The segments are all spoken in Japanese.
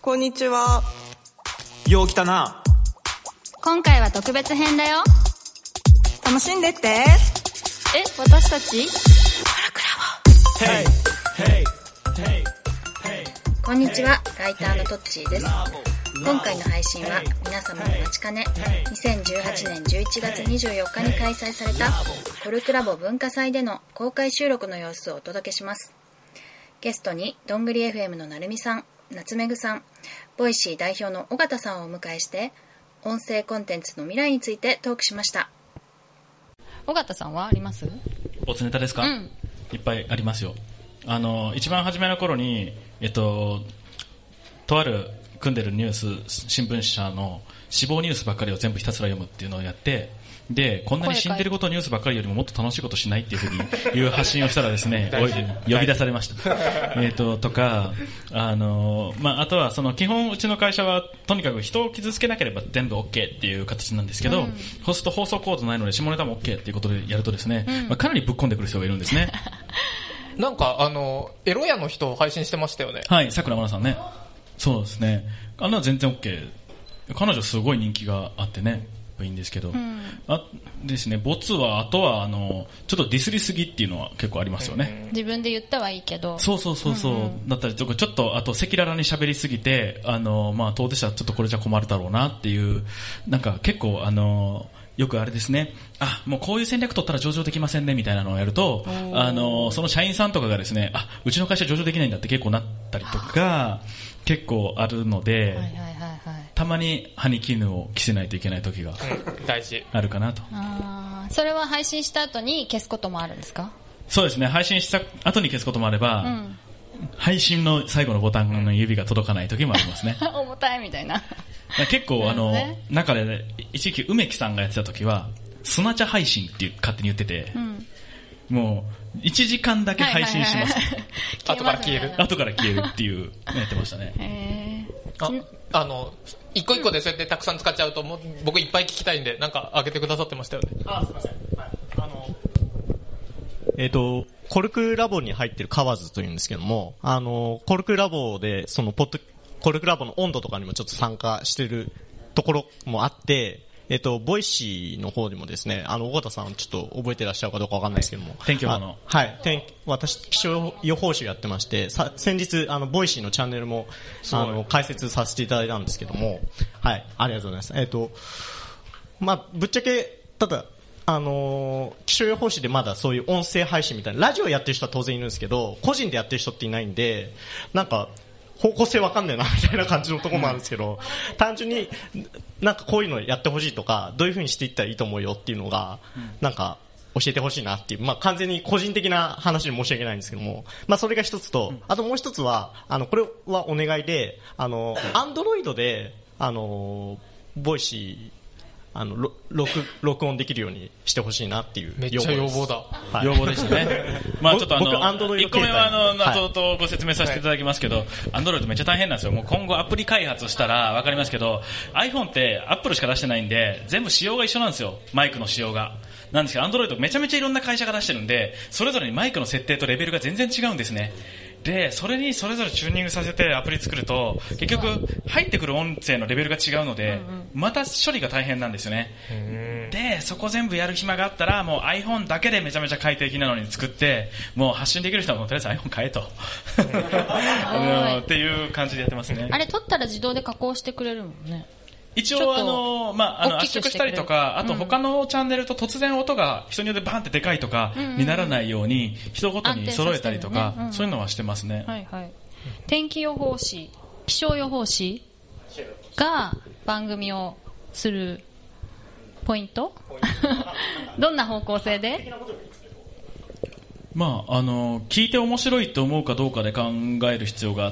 こんにちは。 よう来たな。 今回は特別編だよ。 楽しんでって。 私たちこんにちは、ライターのトッチーです。今回の配信は皆様お待ちかね2018年11月24日に開催されたコルクラボ文化祭での公開収録の様子をお届けします。ゲストにどんぐり FM のなるみさん、夏めぐさん、ボイシー代表の尾形さんをお迎えして音声コンテンツの未来についてトークしました。尾形さんはあります？ ボツネタですか？いっぱいありますよ。一番初めの頃に、とある組んでるニュース新聞社の死亡ニュースばっかりを全部ひたすら読むっていうのをやって、でこんなに死んでることニュースばっかりよりももっと楽しいことしないっていうふうにいう発信をしたらですね呼び出されましたとかあとはその基本うちの会社はとにかく人を傷つけなければ全部 OK っていう形なんですけど、そうすると放送コードないので下ネタも OK っていうことでやるとですね、かなりぶっ込んでくる人がいるんですね。 なんかエロ屋の人を配信してましたよね。 はい、さくらまなさんね。そうですね、全然 OK。 彼女すごい人気があってねいいんですけど、ですね、ボツはあとはちょっとディスりすぎっていうのは結構ありますよね。 自分で言ったはいいけど、そう、 だったりちょっとあと赤裸々に喋りすぎて当事者はちょっとこれじゃ困るだろうなっていうなんか結構よくあれですね、もうこういう戦略取ったら上場できませんねみたいなのをやるとその社員さんとかがですね、うちの会社上場できないんだって結構なったりとか結構あるので、たまに歯に絹を着せないといけない時が大事あるかなと。 それは配信した後に消すこともあるんですか？そうですね、配信した後に消すこともあれば、配信の最後のボタンの指が届かない時もありますね。 重たいみたいな。 結構中で、ね、一時期梅木さんがやってた時はスナチャ配信って勝手に言ってて、もう1時間だけ配信します。 後から消えるっていうやってましたね。 一個一個でそうやってたくさん使っちゃうと僕いっぱい聞きたいんでなんか上げてくださってましたよね。 すいません、コルクラボに入ってる河津というんですけども、コルクラボでコルクラボの温度とかにもちょっと参加してるところもあって、ボイシーの方にもですね、尾形さんちょっと覚えてらっしゃるかどうかわかんないですけども、 天気予報の。 はい、私、気象予報士をやってまして、先日、ボイシーのチャンネルも、解説させていただいたんですけども、はい、ありがとうございます。ぶっちゃけ、ただ、気象予報士でまだそういう音声配信みたいな、ラジオやってる人は当然いるんですけど、個人でやってる人っていないんで、なんか、方向性わかんねえなみたいな感じのところもあるんですけど、単純になんかこういうのやってほしいとか、どういう風にしていったらいいと思うよっていうのがなんか教えてほしいなっていう、完全に個人的な話で申し訳ないんですけども、それが一つと、あともう一つはこれはお願いで、Android でボイシー録音できるよううにしてほしいなっていうめっちゃ要望だ、 はい、要望でしたね。ちょっと1個目は後々ご説明させていただきますけど、Android めっちゃ大変なんですよ。もう今後アプリ開発したらわかりますけど、 iPhone って Apple しか出してないんで全部仕様が一緒なんですよ、マイクの仕様が。なんですけど Android めちゃめちゃいろんな会社が出してるんで、それぞれにマイクの設定とレベルが全然違うんですね。でそれにそれぞれチューニングさせてアプリ作ると結局入ってくる音声のレベルが違うので、また処理が大変なんですよね。でそこ全部やる暇があったらもう iPhone だけでめちゃめちゃ快適なのに作って、もう発信できる人はもうとりあえず iPhone 買えとっていう感じでやってますね。 あれ撮ったら自動で加工してくれるもんね。 一応圧縮したりとか、あと他のチャンネルと突然音が人によってバーンってでかいとかにならないように人ごとに揃えたりとか、そういうのはしてますね。 はいはい。天気予報士、気象予報士が番組をするポイントどんな方向性で？ 聞いて面白いと思うかどうかで考える必要があって、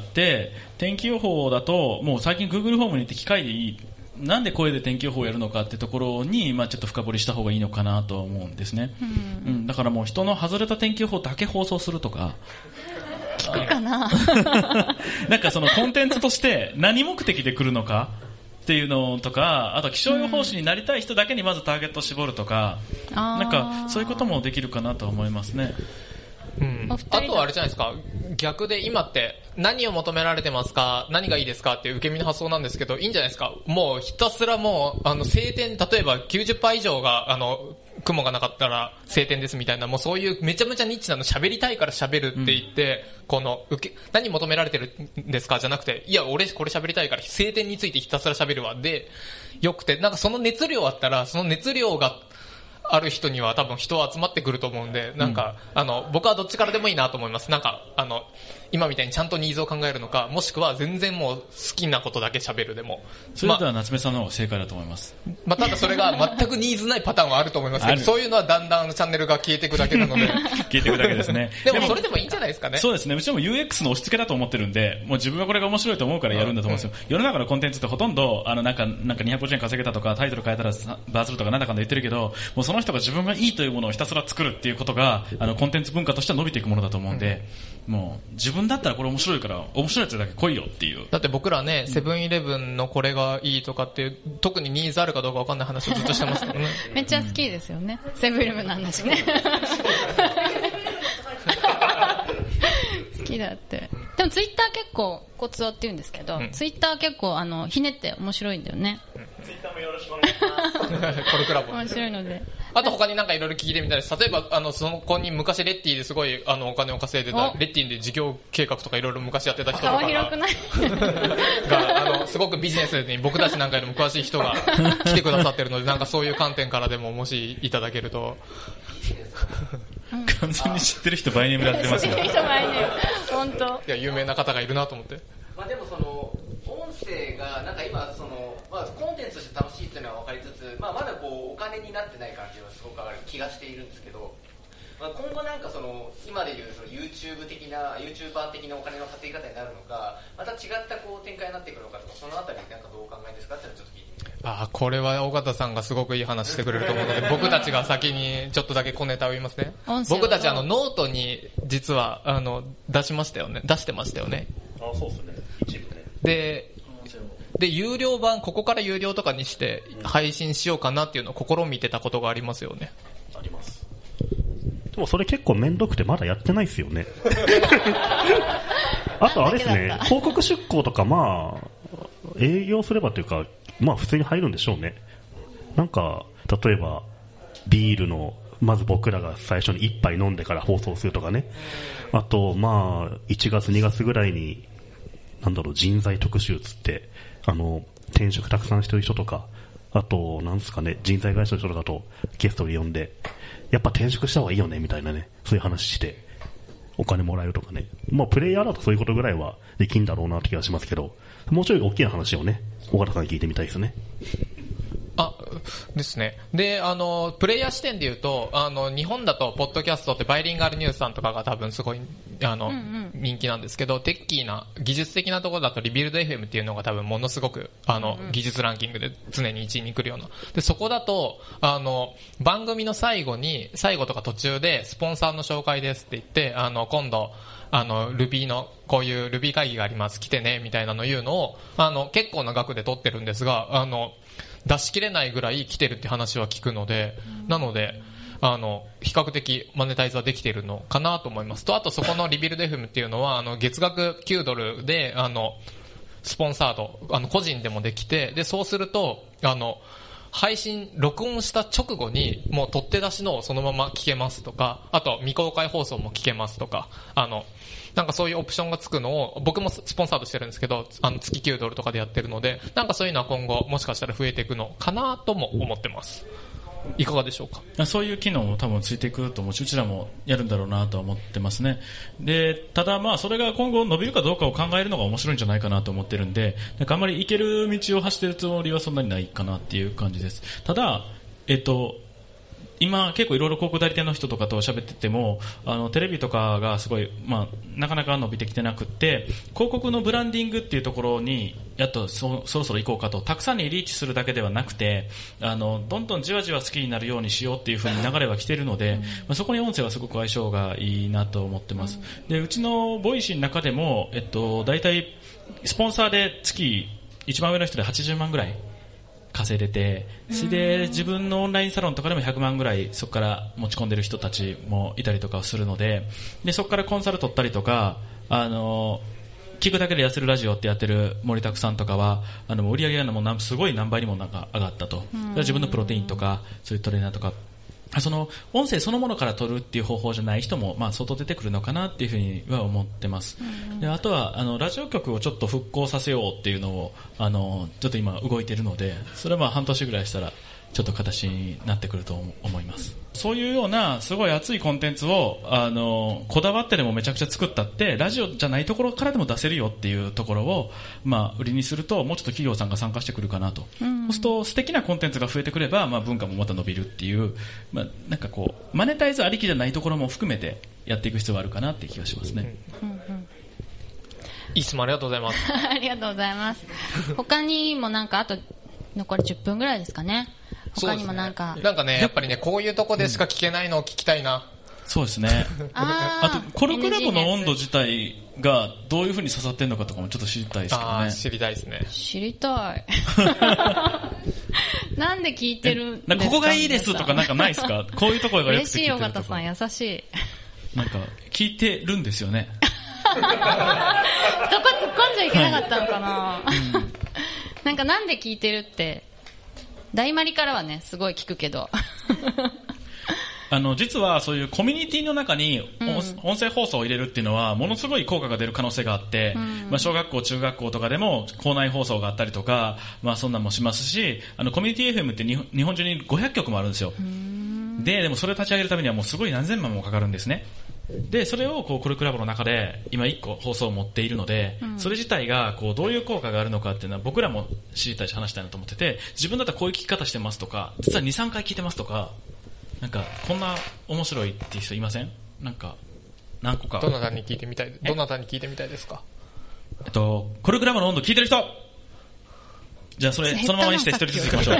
天気予報だともう最近 Google ホームに行って機械でいい、なんで声で天気予報をやるのかってところに、ちょっと深掘りした方がいいのかなと思うんですね。だからもう人の外れた天気予報だけ放送するとか聞くかななんかそのコンテンツとして何目的で来るのかっていうのとか、あと気象予報士になりたい人だけにまずターゲットを絞るとか、なんかそういうこともできるかなと思いますね。 あとはあれじゃないですか、 逆で今って何を求められてますか、何がいいですかっていう受け身の発想なんですけど、いいんじゃないですか。もうひたすらもう晴天、例えば 90% 以上が雲がなかったら晴天ですみたいな、もうそういうめちゃめちゃニッチなの喋りたいから喋るって言って、この何求められてるんですかじゃなくて、いや俺これ喋りたいから晴天についてひたすら喋るわでよくて、なんかその熱量あったら、その熱量がある人には多分人は集まってくると思うんで、なんか、僕はどっちからでもいいなと思います。なんか、今みたいにちゃんとニーズを考えるのか、もしくは全然もう好きなことだけ喋るでも。 それでは夏目さんの方が正解だと思います。 ただそれが全くニーズないパターンはあると思いますけど、そういうのはだんだんチャンネルが消えていくだけなので。 消えていくだけですね。 でもそれでもいいんじゃないですかね。 そうですね。うちも UX の押し付けだと思ってるんで、もう自分はこれが面白いと思うからやるんだと思うんですよ。世の中のコンテンツってほとんど、なんか250円稼げたとか、タイトル変えたらバズるとかなんだかんだ言ってるけど、もうその人が自分がいいというものをひたすら作るっていうことが、コンテンツ文化としては伸びていくものだと思うんで、もう自分だったらこれ面白いから面白いやつだけ来いよっていう。 だって僕らね、セブンイレブンのこれがいいとかっていう、特にニーズあるかどうかわかんない話をずっとしてますからね。 めっちゃ好きですよね、セブンイレブンの話ね。好きだって。でもツイッター結構コツをって言うんですけど、ツイッター結構ひねって面白いんだよね。 ツイッターもよろしくお願いします。 コルクラボ。 面白いので。 あと他になんかいろいろ聞いてみたいです。例えばその子に昔レッティですごいお金を稼いでた、レッティで事業計画とかいろいろ昔やってた人とかが、 広くないがすごくビジネスに僕たちなんかよりも詳しい人が来てくださってるので、なんかそういう観点からでももしいただけると。 完全に知ってる人バイネームやってますよ。 知ってる人バイネーム。本当。 いや有名な方がいるなと思って。 でも音声がなんか今コンテンツとして楽しいっていうのは分かりつつ、まだお金になってない感じはすごくある気がしているんですけど、今後なんか今でいうYouTuber 的なお金の稼ぎ方になるのか、また違った展開になっていくのかとか、そのあたりなんかどうお考えですかってちょっと聞いてみたい。 これは尾形さんがすごくいい話してくれると思うので、僕たちが先にちょっとだけ小ネタを言いますね。僕たちノートに実は出してましたよね。 そうですね。一部ね。 で有料版、ここから有料とかにして配信しようかなっていうのを試みてたことがありますよね。 あります。 でもそれ結構めんどくてまだやってないですよね。あとあれですね、広告出稿とか営業すればというか、普通に入るんでしょうね。なんか例えばビールのまず僕らが最初に一杯飲んでから放送するとかね。あと1月2月ぐらいに人材特集つって転職たくさんしてる人とか、あと人材会社の人とかとゲストで呼んで、やっぱ転職した方がいいよねみたいなね、そういう話してお金もらえるとかね。プレイヤーだとそういうことぐらいはできんだろうなって気がしますけど、もうちょい大きな話をね、尾形さんに聞いてみたいですね。 ですね。で、プレイヤー視点で言うと、日本だと、ポッドキャストってバイリンガルニュースさんとかが多分すごい、人気なんですけど、テッキーな、技術的なところだと、リビルド FM っていうのが多分ものすごく、技術ランキングで常に1位に来るような。で、そこだと、番組の最後とか途中で、スポンサーの紹介ですって言って、今度、Ruby の、こういう Ruby 会議があります、来てね、みたいなの言うのを、結構な額で取ってるんですが、出し切れないぐらい来てるって話は聞くので、なので、比較的マネタイズはできているのかなと思いますと、あとそこのリビルド FM っていうのは、月額$9で、スポンサード、個人でもできて、で、そうすると、配信、録音した直後に、もう取って出しのをそのまま聞けますとか、あと未公開放送も聞けますとか、なんかそういうオプションがつくのを、僕もスポンサードしてるんですけど、月$9とかでやってるので、なんかそういうのは今後、もしかしたら増えていくのかなとも思ってます。いかがでしょうか。 そういう機能も多分ついてくると思うし、うちらもやるんだろうなとは思ってますね。で、ただそれが今後伸びるかどうかを考えるのが面白いんじゃないかなと思ってるんで、なんかあんまり行ける道を走ってるつもりはそんなにないかなっていう感じです。ただ、今結構いろいろ広告代理店の人とかと喋ってても、テレビとかがすごい、なかなか伸びてきてなくって、広告のブランディングっていうところにやっとそろそろ行こうかと、たくさんにリーチするだけではなくて、どんどんじわじわ好きになるようにしようっていう風に流れは来てるので、そこに音声はすごく相性がいいなと思ってます。で、うちのボイシーの中でも、だいたいスポンサーで月一番上の人で80万ぐらい稼いでて、それで自分のオンラインサロンとかでも100万ぐらいそこから持ち込んでる人たちもいたりとかするので、そこからコンサル取ったりとか、聞くだけで痩せるラジオってやってる森拓さんとかは売り上げがもうすごい何倍にも上がったと。自分のプロテインとかそういうトレーナーとか、その音声そのものから取るっていう方法じゃない人も相当出てくるのかなっていうふうには思ってます。であとはラジオ局をちょっと復興させようっていうのをちょっと今動いているので、それは半年ぐらいしたらちょっと形になってくると思います。そういうようなすごい熱いコンテンツをこだわってでもめちゃくちゃ作ったってラジオじゃないところからでも出せるよっていうところを売りにすると、もうちょっと企業さんが参加してくるかなと。そうすると素敵なコンテンツが増えてくれば文化もまた伸びるっていう、なんかこうマネタイズありきじゃないところも含めてやっていく必要があるかなっていう気がしますね。 いつもありがとうございます。 ありがとうございます。他にもなんかあと残り10分ぐらいですかね。他にもなんかね、やっぱりね、こういうとこでしか聞けないのを聞きたいな。 そうですね。あとコルクラボの温度自体がどういう風に刺さってるのかとかもちょっと知りたいですけどね。 知りたいですね。 知りたい。なんで聞いてるんですか。 ここがいいですとかなんかないですか。こういうところがよくて聞いてるとか。 嬉しい、尾形さん優しい。 なんか聞いてるんですよね。 そこ突っ込んじゃいけなかったのかな。なんかなんで聞いてるって大丸からはねすごい聞くけど。 実はそういうコミュニティの中に音声放送を入れるっていうのはものすごい効果が出る可能性があって、小学校中学校とかでも校内放送があったりとか、そんなんもしますし、コミュニティ FM って日本中に500局もあるんですよ。でもそれを立ち上げるためにはもうすごい何千万もかかるんですね。でそれをコルクラボの中で今1個放送を持っているので、それ自体がどういう効果があるのかっていうのは僕らも知りたいし話したいなと思ってて、自分だったらこういう聞き方してますとか、実は 2,3 回聞いてますとか、なんかこんな面白いっていう人いません？なんか何個か。 どなたに聞いてみたいですか？ コルクラボの温度聞いてる人。じゃあそのままにして一人ずつ行きましょう。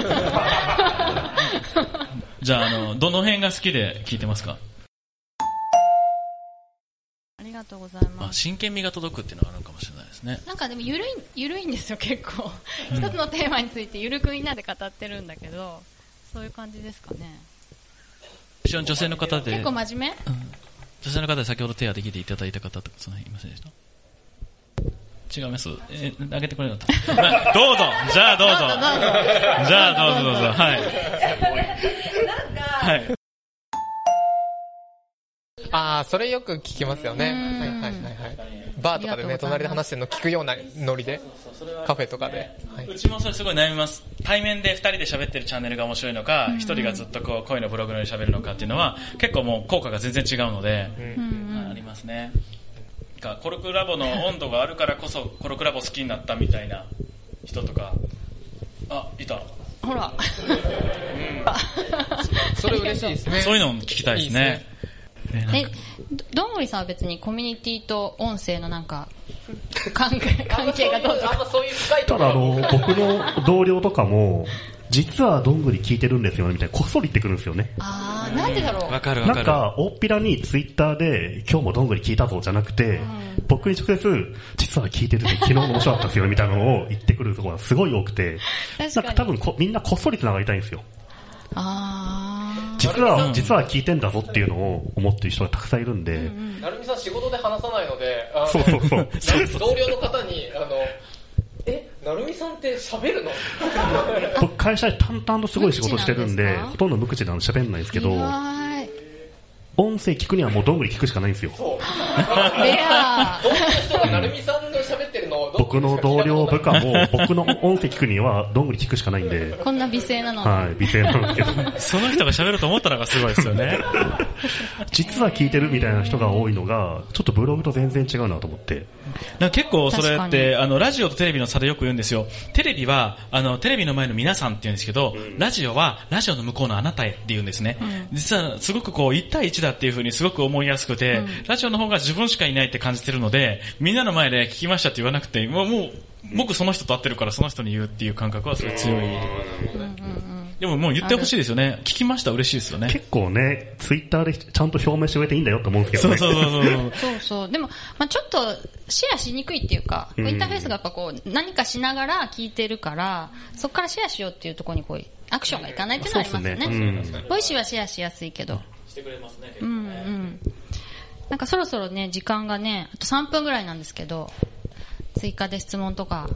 じゃあどの辺が好きで聞いてますか？ ありがとうございます。 真剣味が届くっていうのはあるかもしれないですね。 なんかでもゆるいんですよ結構。一つのテーマについてゆるくみんなで語ってるんだけど、そういう感じですかね。 女性の方で結構真面目、 女性の方で先ほど手を挙げていただいた方とかその辺いませんでした？違います？あげてくれなかった。どうぞ。じゃあどうぞ。じゃあどうぞ。はい。 はい。それよく聞きますよね。はい。バーとかでね、隣で話してるの聞くようなノリで、カフェとかで。 うちもそれすごい悩みます。対面で2人で喋ってるチャンネルが面白いのか、1人がずっと声のブログのように喋るのかっていうのは、結構もう効果が全然違うので、ありますね。コルクラボの温度があるからこそコルクラボ好きになったみたいな人とか、いた。 ほら。 それ嬉しいですね。 そういうのを聞きたいですね。 どんぐりさんは別にコミュニティと音声のなんか関係がどうですか？ あんまそういう深いところ。ただ僕の同僚とかも実はどんぐり聞いてるんですよみたいなこっそり言ってくるんですよね。 なんでだろう。 わかる。 なんか大っぴらにツイッターで今日もどんぐり聞いたぞじゃなくて、僕に直接実は聞いてるね、昨日も面白かったですよみたいなのを言ってくるところがすごい多くて、なんか多分みんなこっそり繋がりたいんですよ。実は聞いてんだぞっていうのを思ってる人がたくさんいるんで。 なるみさん仕事で話さないので、 そう同僚の方になるみさんって喋るの？ 僕会社で淡々とすごい仕事してるんで、ほとんど無口なの喋んないんですけど、音声聞くにはもうどんぐり聞くしかないんですよ。 レア。 どんな人がなるみさんの喋ってるのを僕の同僚部下も僕の音声聞くにはどんぐり聞くしかないんで。 こんな美声なのに。 はい、美声なんですけど。 その人が喋ると思ったのがすごいですよね。 実は聞いてるみたいな人が多いのがちょっとブログと全然違うなと思って。 結構それってラジオとテレビの差でよく言うんですよ。テレビはテレビの前の皆さんって言うんですけど、ラジオはラジオの向こうのあなたへって言うんですね。実はすごく1対1だっていう風にすごく思いやすくて、ラジオの方が自分しかいないって感じてるので、みんなの前で聞きましたって言わなくてもう僕その人と会ってるからその人に言うっていう感覚はすごい強い。 でももう言ってほしいですよね。聞きました嬉しいですよね。 結構ね、ツイッターでちゃんと表明してくれていいんだよと思うんですけどね。 そう。でも、まあちょっとシェアしにくいっていうか、インターフェースがやっぱこう、何かしながら聞いてるから、そこからシェアしようっていうところにこう、アクションがいかないっていうのはありますよね。ボイシーはシェアしやすいけど。 してくれますね。 なんかそろそろね、時間がね、あと3分ぐらいなんですけど、追加で質問とか。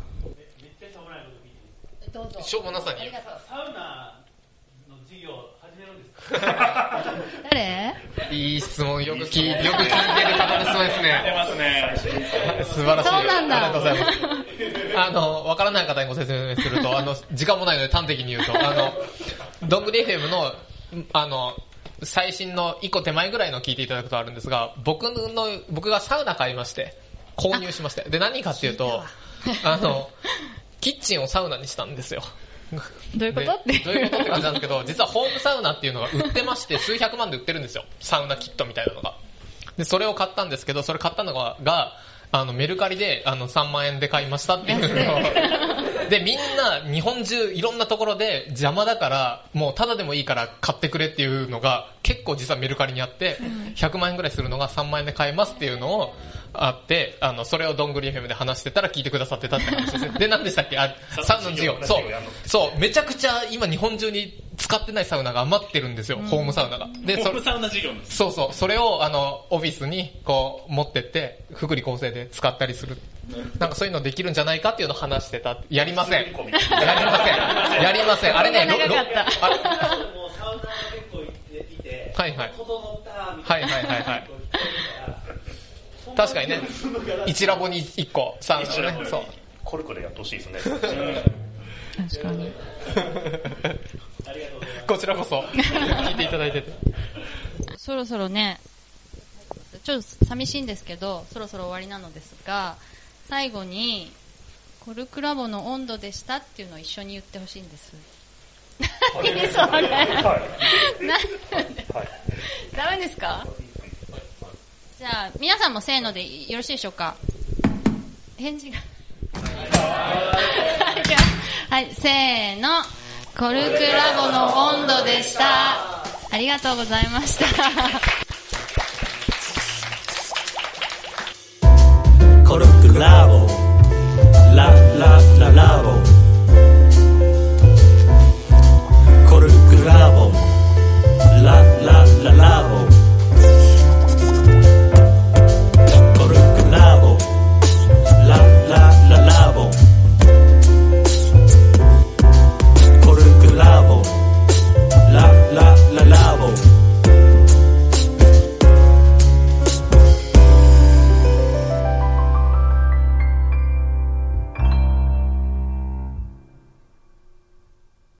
どうぞ。しょうもなさに。 サウナの授業始めるんですか？ 誰？ いい質問、よく聞いてる方の質問ですね。 出ますね。 素晴らしい。 そうなんだ。 ありがとうございます。わからない方にご説明すると、時間もないので端的に言うと、どんぐり FM の、最新の1個手前ぐらいの聞いていただくとあるんですが、僕がサウナ買いまして、購入しまして。で、何かっていうと、キッチンをサウナにしたんですよ。 どういうことって。 どういうことって感じなんですけど、実はホームサウナっていうのが売ってまして、数百万で売ってるんですよ。サウナキットみたいなのが。で、それを買ったんですけど、それ買ったのが、メルカリで、3万円で買いましたっていうのを。で、みんな、日本中、いろんなところで邪魔だから、もうただでもいいから買ってくれっていうのが、結構実はメルカリにあって、100万円ぐらいするのが3万円で買えますっていうのを、あって、それをどんぐり FM で話してたら聞いてくださってたって話ですね。で、何でしたっけ？サウナの授業。そう、めちゃくちゃ今日本中に使ってないサウナが余ってるんですよ、ホームサウナが。で、 ホームサウナ授業です。 そう、それをオフィスにこう持ってって、福利厚生で使ったりする。なんかそういうのできるんじゃないかっていうのを話してた。やりません。やりません。あれね、 長かった。 もうサウナ結構いて、 はい。 整ったみたいな。 はい。確かにね、1ラボに1個、サウナね。そう。 コルクでやってほしいですね。 確かに。 こちらこそ、聞いていただいてて。 そろそろね、ちょっと寂しいんですけど、そろそろ終わりなのですが、最後に、コルクラボの温度でしたっていうのを一緒に言ってほしいんです。何それ、ダメですか？じゃあ、皆さんもせーのでよろしいでしょうか？返事が。はい、せーの。コルクラボの温度でした。ありがとうございました。